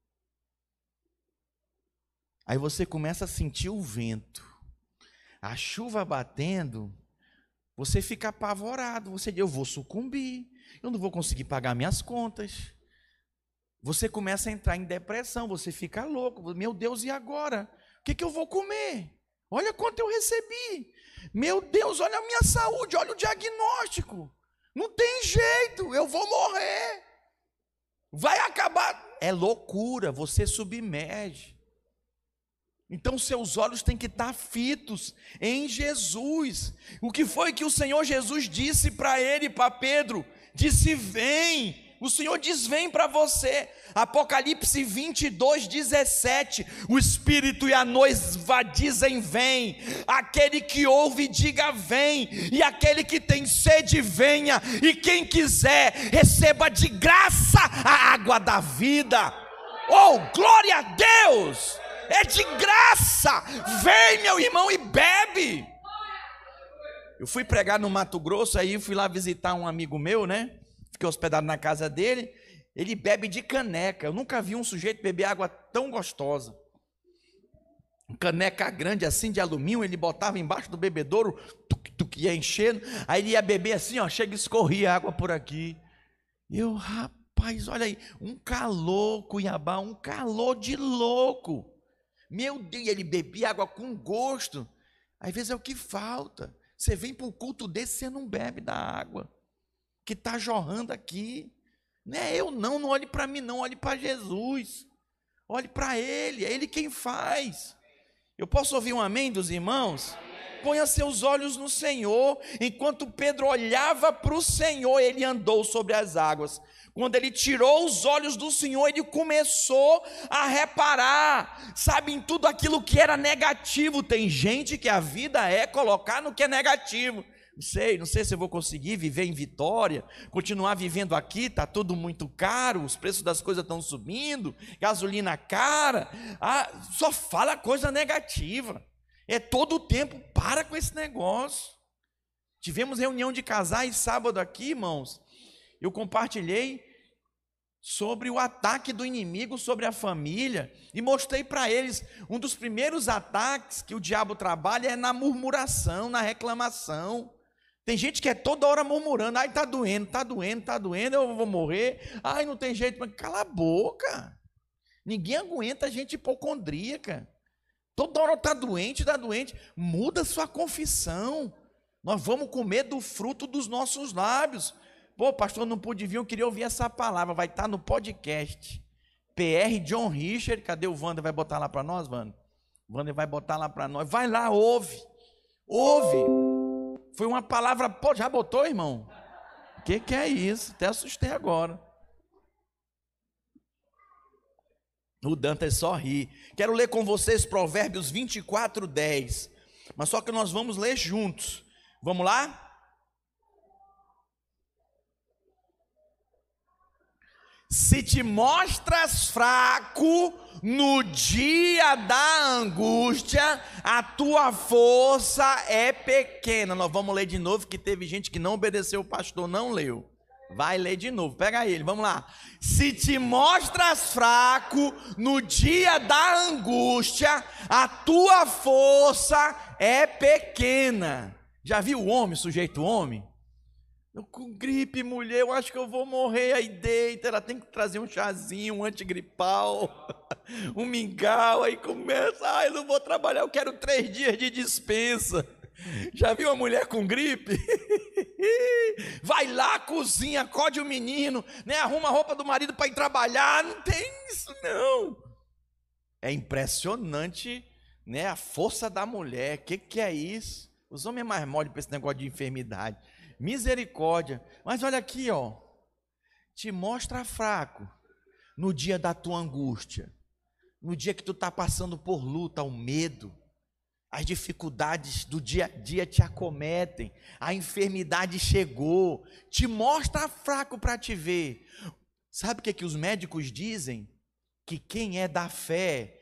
aí você começa a sentir o vento, a chuva batendo, você fica apavorado, você diz: eu vou sucumbir, eu não vou conseguir pagar minhas contas. Você começa a entrar em depressão, você fica louco. Meu Deus, e agora? O que eu vou comer? Olha quanto eu recebi. Meu Deus, olha a minha saúde, olha o diagnóstico. Não tem jeito, eu vou morrer. Vai acabar. É loucura, você submerge. Então seus olhos têm que estar fitos em Jesus. O que foi que o Senhor Jesus disse para ele, para Pedro? Disse: vem. O Senhor diz: vem para você. Apocalipse 22, 17: o Espírito e a noiva dizem: vem. Aquele que ouve, diga: vem. E aquele que tem sede, venha. E quem quiser, receba de graça a água da vida. Oh, glória a Deus! É de graça. Vem, meu irmão, e bebe. Eu fui pregar no Mato Grosso, aí fui lá visitar um amigo meu, né? Fiquei hospedado na casa dele. Ele bebe de caneca. Eu nunca vi um sujeito beber água tão gostosa. Caneca grande assim de alumínio, ele botava embaixo do bebedouro, ia enchendo. Aí ele ia beber assim, ó, chega e escorria água por aqui. Eu, rapaz, olha aí, um calor, Cuiabá, um calor de louco. Meu Deus, ele bebia água com gosto. Às vezes é o que falta. Você vem para o culto desse, você não bebe da água que está jorrando aqui. Não é eu não olhe para mim não, olhe para Jesus. Olhe para Ele, é Ele quem faz. Eu posso ouvir um amém dos irmãos? Ponha seus olhos no Senhor. Enquanto Pedro olhava para o Senhor, ele andou sobre as águas. Quando ele tirou os olhos do Senhor, ele começou a reparar, sabe, em tudo aquilo que era negativo. Tem gente que a vida é colocar no que é negativo. Não sei se eu vou conseguir viver em Vitória, continuar vivendo aqui, está tudo muito caro, os preços das coisas estão subindo, gasolina cara, só fala coisa negativa. É todo o tempo, para com esse negócio. Tivemos reunião de casais sábado aqui, irmãos. Eu compartilhei sobre o ataque do inimigo sobre a família e mostrei para eles, um dos primeiros ataques que o diabo trabalha é na murmuração, na reclamação. Tem gente que é toda hora murmurando, ai, tá doendo, eu vou morrer, ai, não tem jeito, mas cala a boca. Ninguém aguenta gente hipocondríaca. Toda hora está doente, muda sua confissão. Nós vamos comer do fruto dos nossos lábios. Pô, pastor, não pude vir, eu queria ouvir essa palavra, vai estar no podcast. PR John Richard, cadê o Wander? Vai botar lá para nós, Wander? Wander vai botar lá para nós, vai lá, ouve. Foi uma palavra, pô, já botou, irmão? O que é isso? Até assustei agora. O Dantas só ri. Quero ler com vocês Provérbios 24:10. Mas só que nós vamos ler juntos. Vamos lá? Se te mostras fraco no dia da angústia, a tua força é pequena. Nós vamos ler de novo, que teve gente que não obedeceu o pastor, não leu. Vai ler de novo, pega ele, vamos lá. Se te mostras fraco no dia da angústia, a tua força é pequena. Já viu o homem, sujeito homem? Eu com gripe, mulher, eu acho que eu vou morrer. Aí deita, ela tem que trazer um chazinho, um antigripal, um mingau. Aí começa, eu não vou trabalhar, eu quero 3 dias de dispensa. Já viu uma mulher com gripe? Vai lá, cozinha, acode o menino, né? Arruma a roupa do marido para ir trabalhar. Não tem isso, não. É impressionante, né? A força da mulher. O que é isso? Os homens é mais mole para esse negócio de enfermidade. Misericórdia. Mas olha aqui, ó. Te mostra fraco no dia da tua angústia, no dia que tu está passando por luta, o medo. As dificuldades do dia a dia te acometem, a enfermidade chegou, te mostra fraco para te ver. Sabe o que os médicos dizem? Que quem é da fé,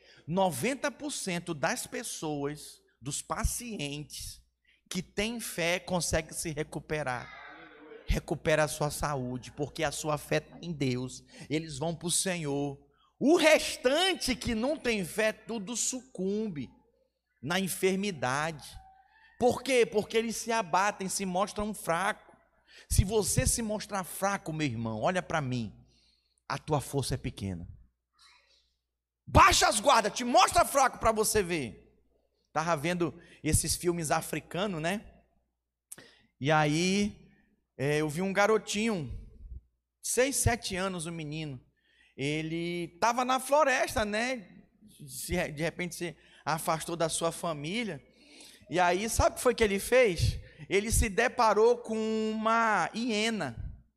90% das pessoas, dos pacientes que têm fé, consegue se recuperar. Recupera a sua saúde, porque a sua fé está em Deus. Eles vão para o Senhor. O restante que não tem fé, tudo sucumbe na enfermidade. Por quê? Porque eles se abatem, se mostram fracos. Se você se mostrar fraco, meu irmão, olha para mim, a tua força é pequena. Baixa as guardas, te mostra fraco para você ver. Estava vendo esses filmes africanos, né? E aí eu vi um garotinho, 6, 7 anos, um menino. Ele estava na floresta, né? De repente se afastou da sua família, e aí sabe o que foi que ele fez? Ele se deparou com uma hiena.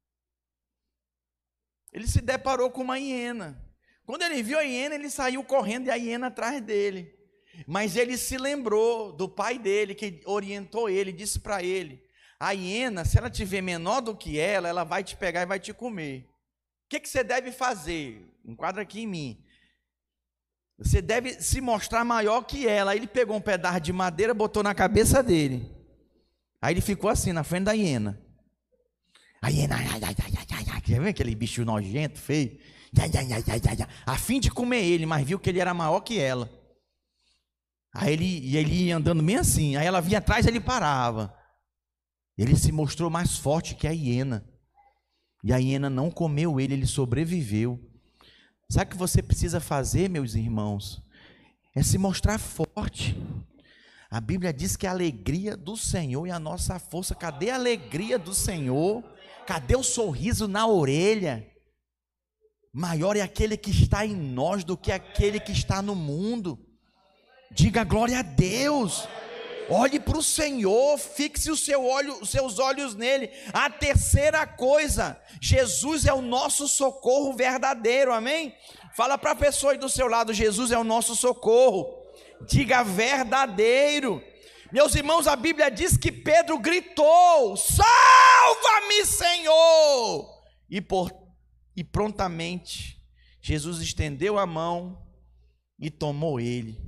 Quando ele viu a hiena, ele saiu correndo e a hiena atrás dele. Mas ele se lembrou do pai dele, que orientou ele, disse para ele: a hiena, se ela te ver menor do que ela vai te pegar e vai te comer. O que você deve fazer? Enquadra aqui em mim. Você deve se mostrar maior que ela. Aí ele pegou um pedaço de madeira, botou na cabeça dele. Aí ele ficou assim, na frente da hiena. A hiena, quer ver aquele bicho nojento, feio? A fim de comer ele, mas viu que ele era maior que ela. Aí ele ia andando bem assim. Aí ela vinha atrás e ele parava. Ele se mostrou mais forte que a hiena. E a hiena não comeu ele, ele sobreviveu. Sabe o que você precisa fazer, meus irmãos? É se mostrar forte. A Bíblia diz que a alegria do Senhor é a nossa força. Cadê a alegria do Senhor? Cadê o sorriso na orelha? Maior é aquele que está em nós do que aquele que está no mundo. Diga glória a Deus. Olhe para o Senhor, fixe os seus olhos nele. A terceira coisa, Jesus é o nosso socorro verdadeiro, amém? Fala para a pessoa aí do seu lado, Jesus é o nosso socorro. Diga verdadeiro. Meus irmãos, a Bíblia diz que Pedro gritou: salva-me, Senhor! E prontamente Jesus estendeu a mão e tomou ele.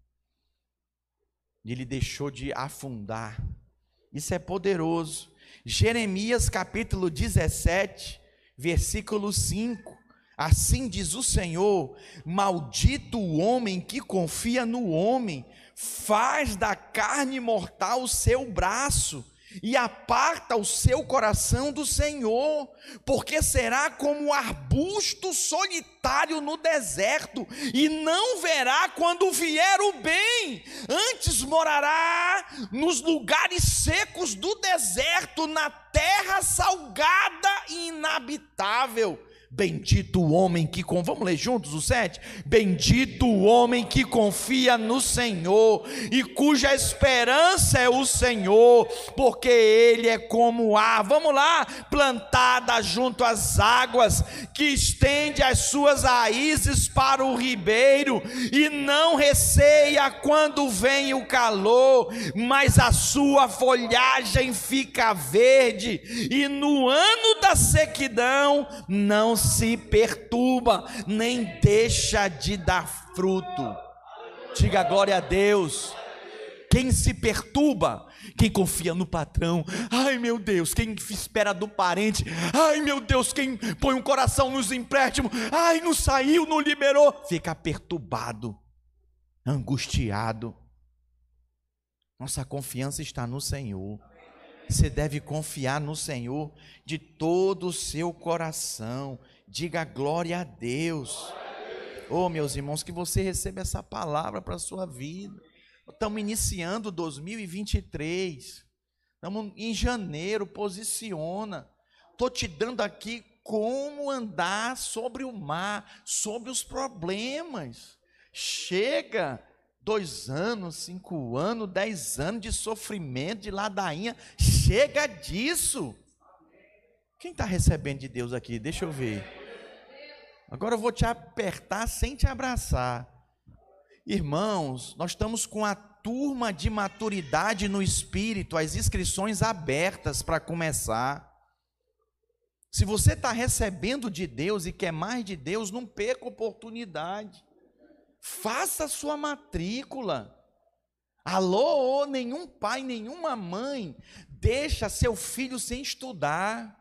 E ele deixou de afundar. Isso é poderoso. Jeremias capítulo 17, versículo 5. Assim diz o Senhor: maldito o homem que confia no homem, faz da carne mortal o seu braço e aparta o seu coração do Senhor, porque será como um arbusto solitário no deserto, e não verá quando vier o bem, antes morará nos lugares secos do deserto, na terra salgada e inabitável. Bendito o homem que vamos ler juntos o 7? Bendito o homem que confia no Senhor e cuja esperança é o Senhor, porque ele é como vamos lá, plantada junto às águas, que estende as suas raízes para o ribeiro e não receia quando vem o calor, mas a sua folhagem fica verde, e no ano da sequidão não se perturba, nem deixa de dar fruto. Diga glória a Deus. Quem se perturba? Quem confia no patrão. Ai meu Deus, quem espera do parente. Ai meu Deus, quem põe um coração nos empréstimos. Ai, não saiu, não liberou. Fica perturbado, angustiado. Nossa confiança está no Senhor. Você deve confiar no Senhor de todo o seu coração. Diga glória a Deus. Oh, meus irmãos, que você receba essa palavra para a sua vida. Estamos iniciando 2023. Estamos em janeiro, posiciona. Estou te dando aqui como andar sobre o mar, sobre os problemas. Chega 2 anos, 5 anos, 10 anos de sofrimento, de ladainha. Chega disso. Quem está recebendo de Deus aqui? Deixa eu ver. Agora eu vou te apertar sem te abraçar. Irmãos, nós estamos com a turma de maturidade no Espírito, as inscrições abertas para começar. Se você está recebendo de Deus e quer mais de Deus, não perca a oportunidade. Faça a sua matrícula. Alô, nenhum pai, nenhuma mãe deixa seu filho sem estudar.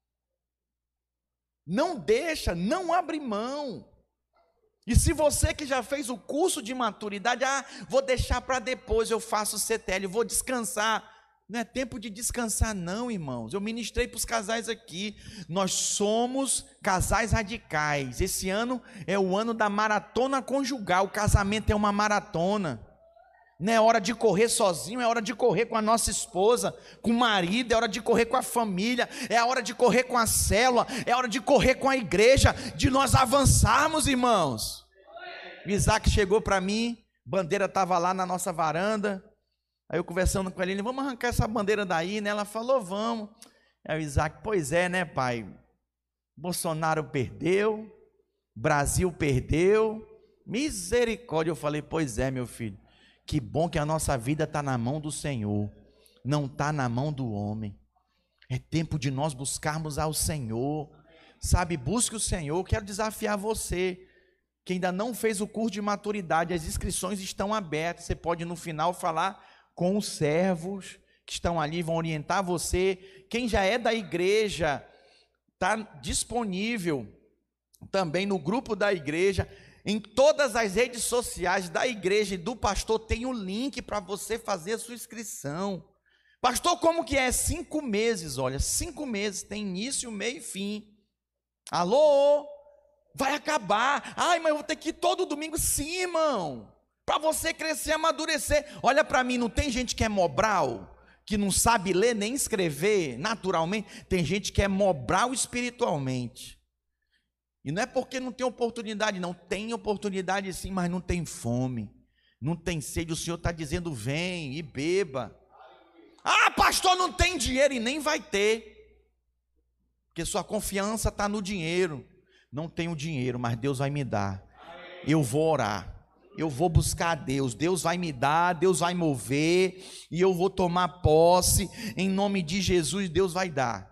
Não deixa, não abre mão. E se você que já fez o curso de maturidade, vou deixar para depois, eu faço o CTL, vou descansar. Não é tempo de descansar não, irmãos. Eu ministrei para os casais aqui. Nós somos casais radicais. Esse ano é o ano da maratona conjugal. O casamento é uma maratona. Não é hora de correr sozinho, é hora de correr com a nossa esposa, com o marido, é hora de correr com a família, é a hora de correr com a célula, é hora de correr com a igreja, de nós avançarmos, irmãos. O Isaac chegou para mim, bandeira estava lá na nossa varanda, aí eu conversando com ele, vamos arrancar essa bandeira daí, né? Ela falou, vamos. Aí o Isaac, pois é, né, pai? Bolsonaro perdeu, Brasil perdeu, misericórdia. Eu falei, pois é, meu filho. Que bom que a nossa vida está na mão do Senhor, não está na mão do homem. É tempo de nós buscarmos ao Senhor, sabe? Busque o Senhor. Quero desafiar você, que ainda não fez o curso de maturidade, as inscrições estão abertas. Você pode no final falar com os servos que estão ali, vão orientar você. Quem já é da igreja, está disponível também no grupo da igreja. Em todas as redes sociais da igreja e do pastor tem o link para você fazer a sua inscrição. Pastor, como que é? 5 meses, olha, 5 meses, tem início, meio e fim. Alô? Vai acabar. Ai, mas eu vou ter que ir todo domingo. Sim, irmão, para você crescer, amadurecer. Olha para mim, não tem gente que é mobral, que não sabe ler nem escrever naturalmente? Tem gente que é mobral espiritualmente. E não é porque não tem oportunidade, não. Tem oportunidade sim, mas não tem fome, não tem sede. O Senhor está dizendo: vem e beba. Ah, pastor, não tem dinheiro, e nem vai ter, porque sua confiança está no dinheiro. Não tenho dinheiro, mas Deus vai me dar. Eu vou orar, eu vou buscar a Deus, Deus vai me dar, Deus vai mover, e eu vou tomar posse, em nome de Jesus. Deus vai dar.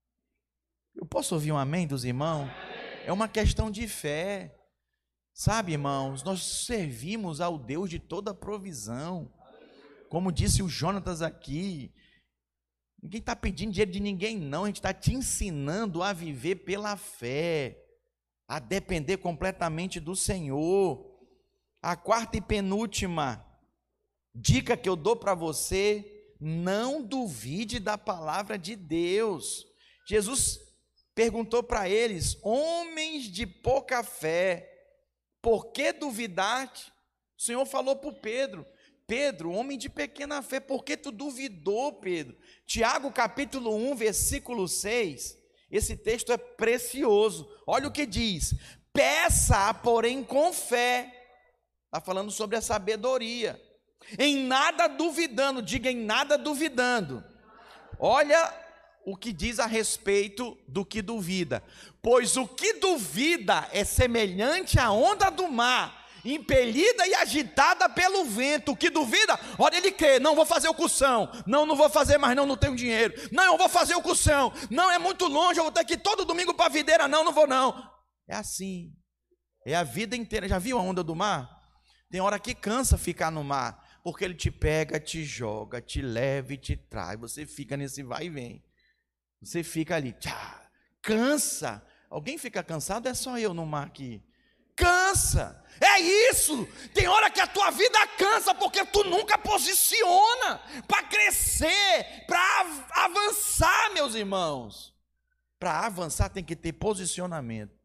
Eu posso ouvir um amém dos irmãos? É uma questão de fé, sabe, irmãos? Nós servimos ao Deus de toda provisão, como disse o Jonatas aqui. Ninguém está pedindo dinheiro de ninguém, não. A gente está te ensinando a viver pela fé, a depender completamente do Senhor. A quarta e penúltima dica que eu dou para você: não duvide da palavra de Deus. Jesus perguntou para eles: homens de pouca fé, por que duvidaste? O Senhor falou para o Pedro: Pedro, homem de pequena fé, por que tu duvidou, Pedro? Tiago capítulo 1, versículo 6, esse texto é precioso. Olha o que diz: peça, porém com fé. Está falando sobre a sabedoria. Em nada duvidando, diga em nada duvidando. Olha o que diz a respeito do que duvida. Pois o que duvida é semelhante à onda do mar, impelida e agitada pelo vento. O que duvida, olha, ele crê: não vou fazer o cursão, não vou fazer mais, não tenho dinheiro, não, eu vou fazer o cursão, não, é muito longe, eu vou ter que ir todo domingo para a videira, não vou não. É assim, é a vida inteira. Já viu a onda do mar? Tem hora que cansa ficar no mar, porque ele te pega, te joga, te leva e te traz, você fica nesse vai e vem, você fica ali, tchá, cansa. Alguém fica cansado? É só eu no mar aqui. Cansa, é isso. Tem hora que a tua vida cansa, porque tu nunca posiciona para crescer, para avançar, meus irmãos. Para avançar tem que ter posicionamento.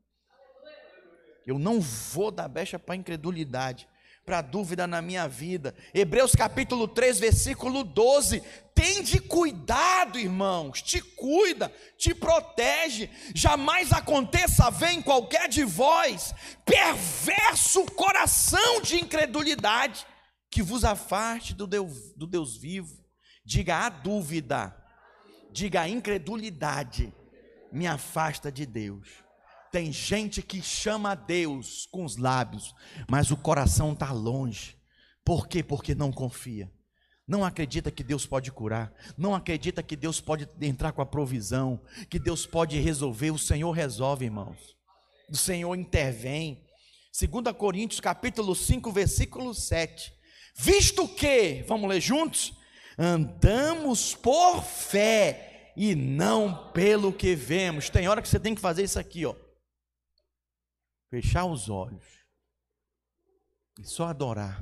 Eu não vou dar brecha para incredulidade, para dúvida na minha vida. Hebreus capítulo 3, versículo 12. Tende cuidado, irmãos, te cuida, te protege, jamais aconteça haver em qualquer de vós perverso coração de incredulidade, que vos afaste do Deus vivo. Diga: a dúvida, diga: a incredulidade me afasta de Deus. Tem gente que chama a Deus com os lábios, mas o coração está longe. Por quê? Porque não confia. Não acredita que Deus pode curar, não acredita que Deus pode entrar com a provisão, que Deus pode resolver. O Senhor resolve, irmãos. O Senhor intervém. 2 Coríntios capítulo 5, versículo 7. Visto que, vamos ler juntos? Andamos por fé e não pelo que vemos. Tem hora que você tem que fazer isso aqui, ó. Fechar os olhos e só adorar.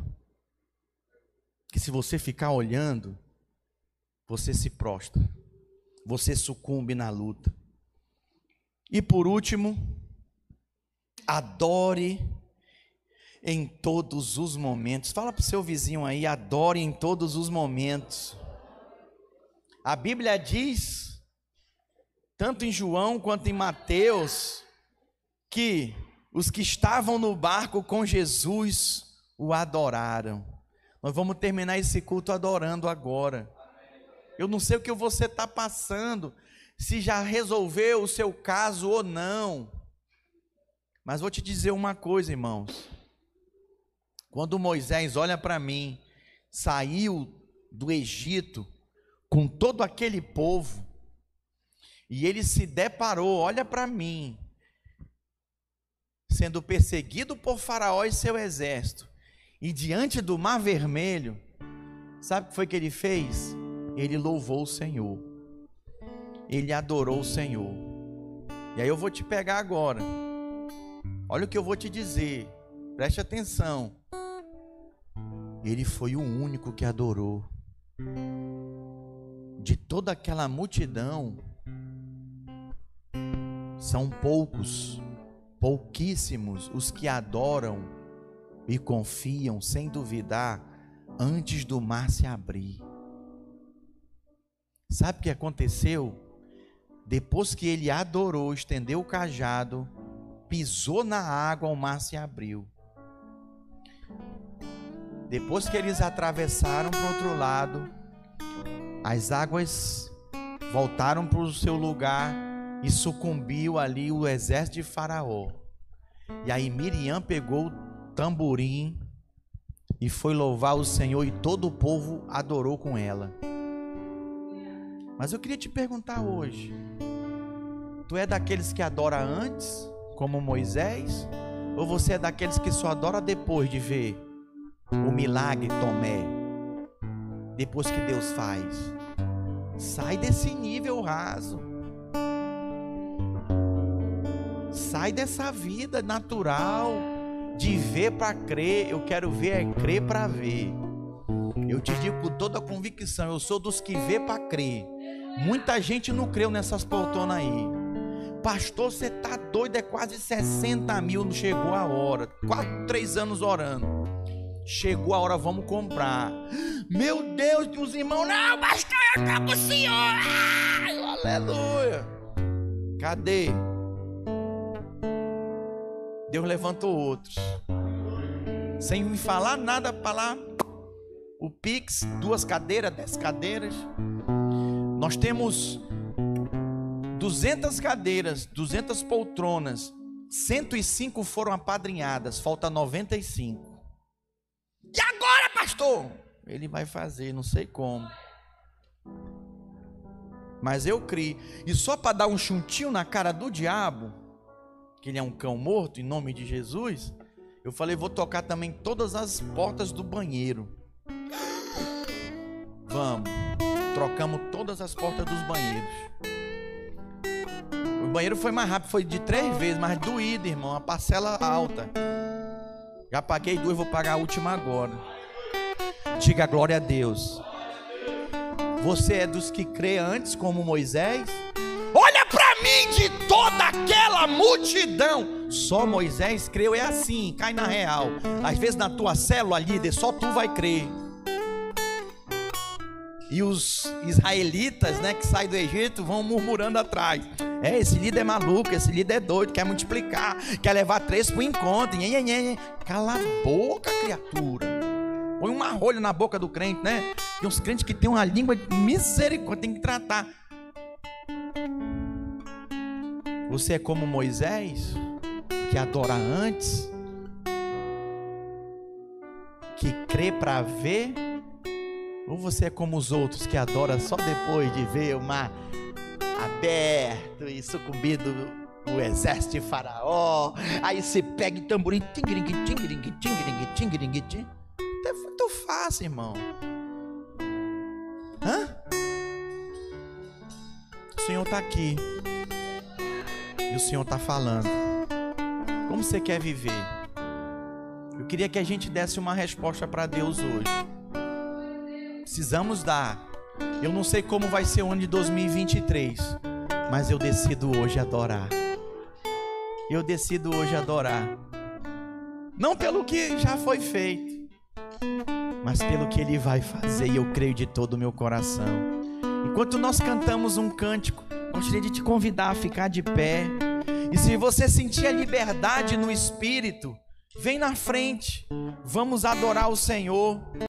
Que se você ficar olhando, você se prostra, você sucumbe na luta. E por último, adore em todos os momentos. Fala para o seu vizinho aí: adore em todos os momentos. A Bíblia diz, tanto em João quanto em Mateus, que os que estavam no barco com Jesus o adoraram. Nós vamos terminar esse culto adorando agora. Eu não sei o que você está passando, se já resolveu o seu caso ou não, mas vou te dizer uma coisa, irmãos. Quando Moisés, olha para mim, saiu do Egito com todo aquele povo, e ele se deparou, olha para mim, sendo perseguido por Faraó e seu exército, e diante do Mar Vermelho, sabe o que foi que ele fez? Ele louvou o Senhor, ele adorou o Senhor. E aí eu vou te pegar agora, olha o que eu vou te dizer, preste atenção. Ele foi o único que adorou. De toda aquela multidão, são pouquíssimos os que adoram e confiam sem duvidar antes do mar se abrir. Sabe o que aconteceu? Depois que ele adorou, estendeu o cajado, pisou na água, o mar se abriu. Depois que eles atravessaram para o outro lado, as águas voltaram para o seu lugar e sucumbiu ali o exército de Faraó. E aí Miriam pegou o tamborim e foi louvar o Senhor, e todo o povo adorou com ela. Mas eu queria te perguntar hoje, tu é daqueles que adora antes, como Moisés, ou você é daqueles que só adora depois de ver o milagre Tomé, depois que Deus faz? Sai desse nível raso, sai dessa vida natural de ver para crer. Eu quero ver é crer para ver. Eu te digo com toda a convicção, eu sou dos que vê para crer. Muita gente não creu nessas poltronas aí. Pastor, você tá doido, é quase 60 mil, não chegou a hora. 3 anos orando. Chegou a hora, vamos comprar. Meu Deus, os irmãos, não, pastor, eu tô com o Senhor. Ai, aleluia. Cadê? Deus levantou outros. Sem me falar nada para lá. O Pix, 2 cadeiras, 10 cadeiras. Nós temos 200 cadeiras, 200 poltronas. 105 foram apadrinhadas, falta 95. E agora, pastor? Ele vai fazer, não sei como. Mas eu criei. E só para dar um chuntinho na cara do diabo, que ele é um cão morto, em nome de Jesus, eu falei, vou tocar também todas as portas do banheiro. Vamos. Trocamos todas as portas dos banheiros. O banheiro foi mais rápido, foi de 3 vezes, mas doído, irmão, a parcela alta. Já paguei 2, vou pagar a última agora. Diga glória a Deus. Você é dos que crê antes como Moisés? Olha para mim, de toda aquela multidão, só Moisés creu. É assim, cai na real. Às vezes na tua célula, líder, só tu vai crer. E os israelitas, né, que saem do Egito, vão murmurando atrás. Esse líder é maluco, esse líder é doido, quer multiplicar, quer levar 3 para o encontro. Cala a boca, criatura. Põe uma rolha na boca do crente, né? Tem uns crentes que tem uma língua de misericórdia, tem que tratar. Você é como Moisés, que adora antes, que crê para ver? Ou você é como os outros, que adora só depois de ver o mar aberto e sucumbido o exército de Faraó? Aí você pega o tamborim, é muito fácil, irmão. Hã? O Senhor está aqui e o Senhor está falando. Como você quer viver? Eu queria que a gente desse uma resposta para Deus hoje. Precisamos dar. Eu não sei como vai ser o ano de 2023, mas eu decido hoje adorar. Eu decido hoje adorar. Não pelo que já foi feito, mas pelo que Ele vai fazer, e eu creio de todo o meu coração. Enquanto nós cantamos um cântico, gostaria de te convidar a ficar de pé. E se você sentir a liberdade no Espírito, vem na frente. Vamos adorar o Senhor.